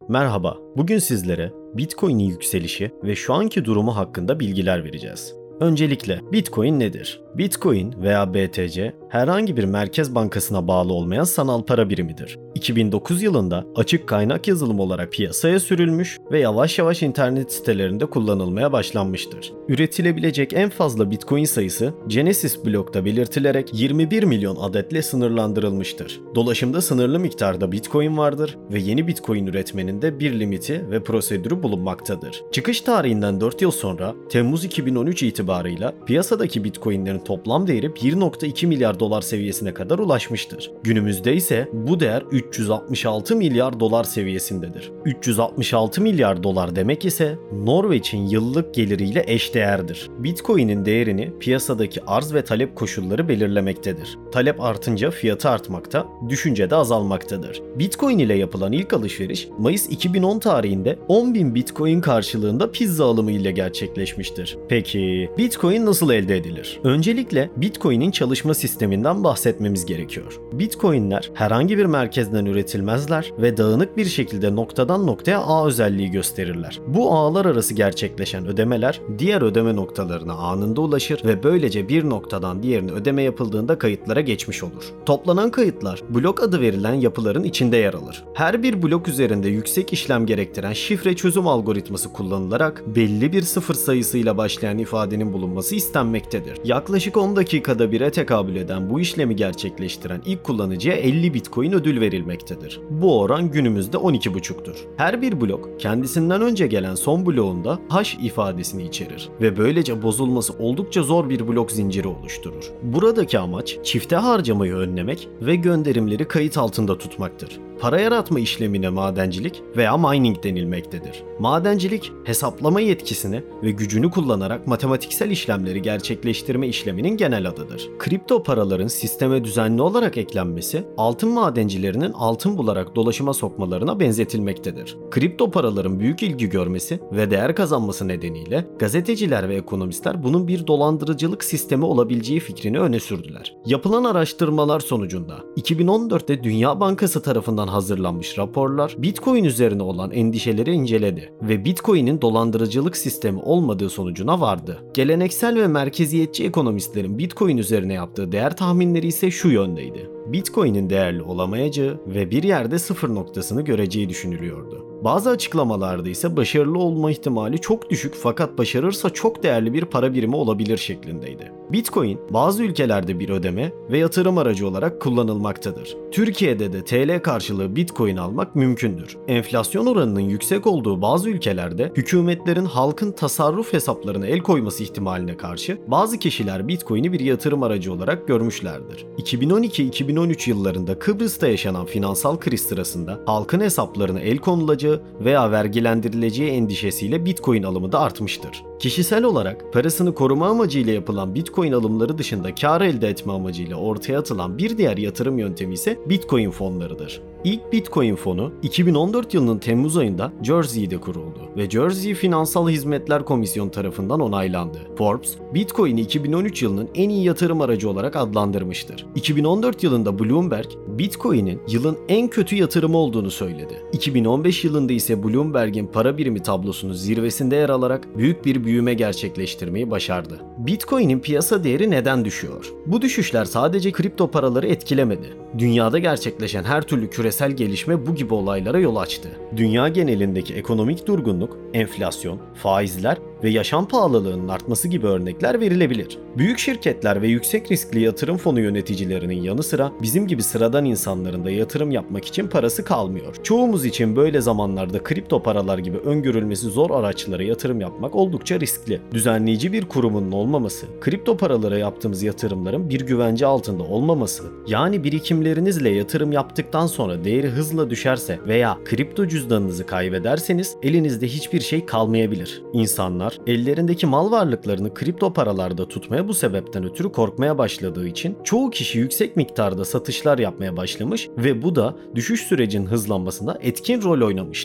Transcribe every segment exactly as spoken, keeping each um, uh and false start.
Merhaba, bugün sizlere Bitcoin'in yükselişi ve şu anki durumu hakkında bilgiler vereceğiz. Öncelikle Bitcoin nedir? Bitcoin veya B T C herhangi bir merkez bankasına bağlı olmayan sanal para birimidir. iki bin dokuz yılında açık kaynak yazılım olarak piyasaya sürülmüş ve yavaş yavaş internet sitelerinde kullanılmaya başlanmıştır. Üretilebilecek en fazla Bitcoin sayısı Genesis blokta belirtilerek yirmi bir milyon adetle sınırlandırılmıştır. Dolaşımda sınırlı miktarda Bitcoin vardır ve yeni Bitcoin üretmenin de bir limiti ve prosedürü bulunmaktadır. Çıkış tarihinden dört yıl sonra Temmuz iki bin on üç itibarıyla piyasadaki Bitcoin'lerin toplam değeri bir virgül iki milyar dolar seviyesine kadar ulaşmıştır. Günümüzde ise bu değer üç yüz altmış altı milyar dolar seviyesindedir. üç yüz altmış altı milyar dolar demek ise Norveç'in yıllık geliriyle eşdeğerdir. Bitcoin'in değerini piyasadaki arz ve talep koşulları belirlemektedir. Talep artınca fiyatı artmakta, düşünce de azalmaktadır. Bitcoin ile yapılan ilk alışveriş Mayıs iki bin on tarihinde on bin Bitcoin karşılığında pizza alımı ile gerçekleşmiştir. Peki Bitcoin nasıl elde edilir? Öncelikle Bitcoin'in çalışma sisteminden bahsetmemiz gerekiyor. Bitcoin'ler herhangi bir merkezden üretilmezler ve dağınık bir şekilde noktadan noktaya ağ özelliği gösterirler. Bu ağlar arası gerçekleşen ödemeler diğer ödeme noktalarına anında ulaşır ve böylece bir noktadan diğerine ödeme yapıldığında kayıtlara geçmiş olur. Toplanan kayıtlar blok adı verilen yapıların içinde yer alır. Her bir blok üzerinde yüksek işlem gerektiren şifre çözüm algoritması kullanılarak belli bir sıfır sayısıyla başlayan ifadenin bulunması istenmektedir. Yaklaşık on dakikada bire tekabül eden bu işlemi gerçekleştiren ilk kullanıcıya elli Bitcoin ödül verilmektedir. Bu oran günümüzde on iki buçuktur. Her bir blok kendisinden önce gelen son bloğunda hash ifadesini içerir ve böylece bozulması oldukça zor bir blok zinciri oluşturur. Buradaki amaç çifte harcamayı önlemek ve gönderimleri kayıt altında tutmaktır. Para yaratma işlemine madencilik veya mining denilmektedir. Madencilik, hesaplama yetkisini ve gücünü kullanarak matematiksel işlemleri gerçekleştirme işleminin genel adıdır. Kripto paraların sisteme düzenli olarak eklenmesi, altın madencilerinin altın bularak dolaşıma sokmalarına benzetilmektedir. Kripto paraların büyük ilgi görmesi ve değer kazanması nedeniyle gazeteciler ve ekonomistler bunun bir dolandırıcılık sistemi olabileceği fikrini öne sürdüler. Yapılan araştırmalar sonucunda iki bin on dörtte Dünya Bankası tarafından hazırlanmış raporlar Bitcoin üzerine olan endişeleri inceledi ve Bitcoin'in dolandırıcılık sistemi olmadığı sonucuna vardı. Geleneksel ve merkeziyetçi ekonomistlerin Bitcoin üzerine yaptığı değer tahminleri ise şu yöndeydi. Bitcoin'in değerli olamayacağı ve bir yerde sıfır noktasını göreceği düşünülüyordu. Bazı açıklamalarda ise başarılı olma ihtimali çok düşük fakat başarırsa çok değerli bir para birimi olabilir şeklindeydi. Bitcoin bazı ülkelerde bir ödeme ve yatırım aracı olarak kullanılmaktadır. Türkiye'de de T L karşılığı Bitcoin almak mümkündür. Enflasyon oranının yüksek olduğu bazı ülkelerde hükümetlerin halkın tasarruf hesaplarına el koyması ihtimaline karşı bazı kişiler Bitcoin'i bir yatırım aracı olarak görmüşlerdir. iki bin on iki iki bin on üç yıllarında Kıbrıs'ta yaşanan finansal kriz sırasında halkın hesaplarına el konulacağı veya vergilendirileceği endişesiyle Bitcoin alımı da artmıştır. Kişisel olarak parasını koruma amacıyla yapılan Bitcoin alımları dışında kar elde etme amacıyla ortaya atılan bir diğer yatırım yöntemi ise Bitcoin fonlarıdır. İlk Bitcoin fonu iki bin on dört yılının Temmuz ayında Jersey'de kuruldu ve Jersey Finansal Hizmetler Komisyonu tarafından onaylandı. Forbes, Bitcoin'i iki bin on üç yılının en iyi yatırım aracı olarak adlandırmıştır. iki bin on dört yılında Bloomberg, Bitcoin'in yılın en kötü yatırımı olduğunu söyledi. iki bin on beş yılında ise Bloomberg'in para birimi tablosunun zirvesinde yer alarak büyük bir büyüme gerçekleştirmeyi başardı. Bitcoin'in piyasa değeri neden düşüyor? Bu düşüşler sadece kripto paraları etkilemedi. Dünyada gerçekleşen her türlü küresel gelişme bu gibi olaylara yol açtı. Dünya genelindeki ekonomik durgunluk, enflasyon, faizler ve yaşam pahalılığının artması gibi örnekler verilebilir. Büyük şirketler ve yüksek riskli yatırım fonu yöneticilerinin yanı sıra bizim gibi sıradan insanların da yatırım yapmak için parası kalmıyor. Çoğumuz için böyle zamanlarda kripto paralar gibi öngörülmesi zor araçlara yatırım yapmak oldukça riskli. Düzenleyici bir kurumun olmaması, kripto paralara yaptığımız yatırımların bir güvence altında olmaması, yani birikimlerinizle yatırım yaptıktan sonra değeri hızla düşerse veya kripto cüzdanınızı kaybederseniz elinizde hiçbir şey kalmayabilir. İnsanlar ellerindeki mal varlıklarını kripto paralarda tutmaya bu sebepten ötürü korkmaya başladığı için çoğu kişi yüksek miktarda satışlar yapmaya başlamış ve bu da düşüş sürecinin hızlanmasında etkin rol oynamıştır.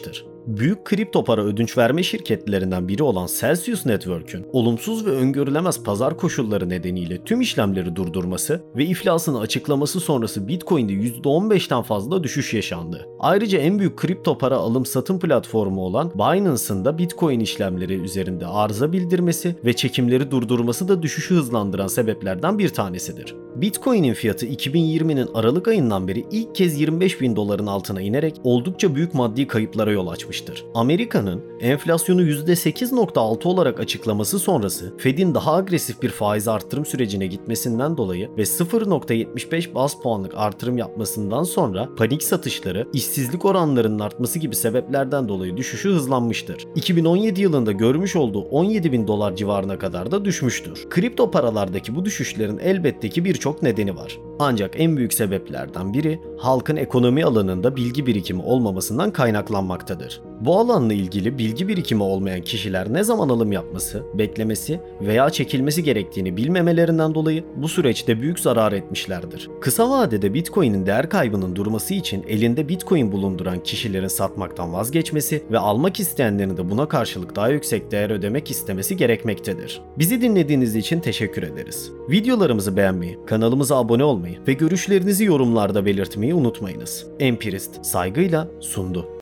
Büyük kripto para ödünç verme şirketlerinden biri olan Celsius Network'ün olumsuz ve öngörülemez pazar koşulları nedeniyle tüm işlemleri durdurması ve iflasını açıklaması sonrası Bitcoin'de yüzde on beşten fazla düşüş yaşandı. Ayrıca en büyük kripto para alım satım platformu olan Binance'ın da Bitcoin işlemleri üzerinde arıza bildirmesi ve çekimleri durdurması da düşüşü hızlandıran sebeplerden bir tanesidir. Bitcoin'in fiyatı iki bin yirminin Aralık ayından beri ilk kez yirmi beş bin doların altına inerek oldukça büyük maddi kayıplara yol açmıştır. Amerika'nın enflasyonu yüzde sekiz nokta altı olarak açıklaması sonrası Fed'in daha agresif bir faiz artırım sürecine gitmesinden dolayı ve sıfır nokta yetmiş beş baz puanlık artırım yapmasından sonra panik satışları, işsizlik oranlarının artması gibi sebeplerden dolayı düşüşü hızlanmıştır. iki bin on yedi yılında görmüş olduğu on yedi bin dolar civarına kadar da düşmüştür. Kripto paralardaki bu düşüşlerin elbette ki birçok nedeni var. Ancak en büyük sebeplerden biri halkın ekonomi alanında bilgi birikimi olmamasından kaynaklanmaktadır. Bu alanla ilgili bilgi birikimi olmayan kişiler ne zaman alım yapması, beklemesi veya çekilmesi gerektiğini bilmemelerinden dolayı bu süreçte büyük zarar etmişlerdir. Kısa vadede Bitcoin'in değer kaybının durması için elinde Bitcoin bulunduran kişilerin satmaktan vazgeçmesi ve almak isteyenlerin de buna karşılık daha yüksek değer ödemek istemesi gerekmektedir. Bizi dinlediğiniz için teşekkür ederiz. Videolarımızı beğenmeyi, kanalımıza abone olmayı ve görüşlerinizi yorumlarda belirtmeyi unutmayınız. Empirist saygıyla sundu.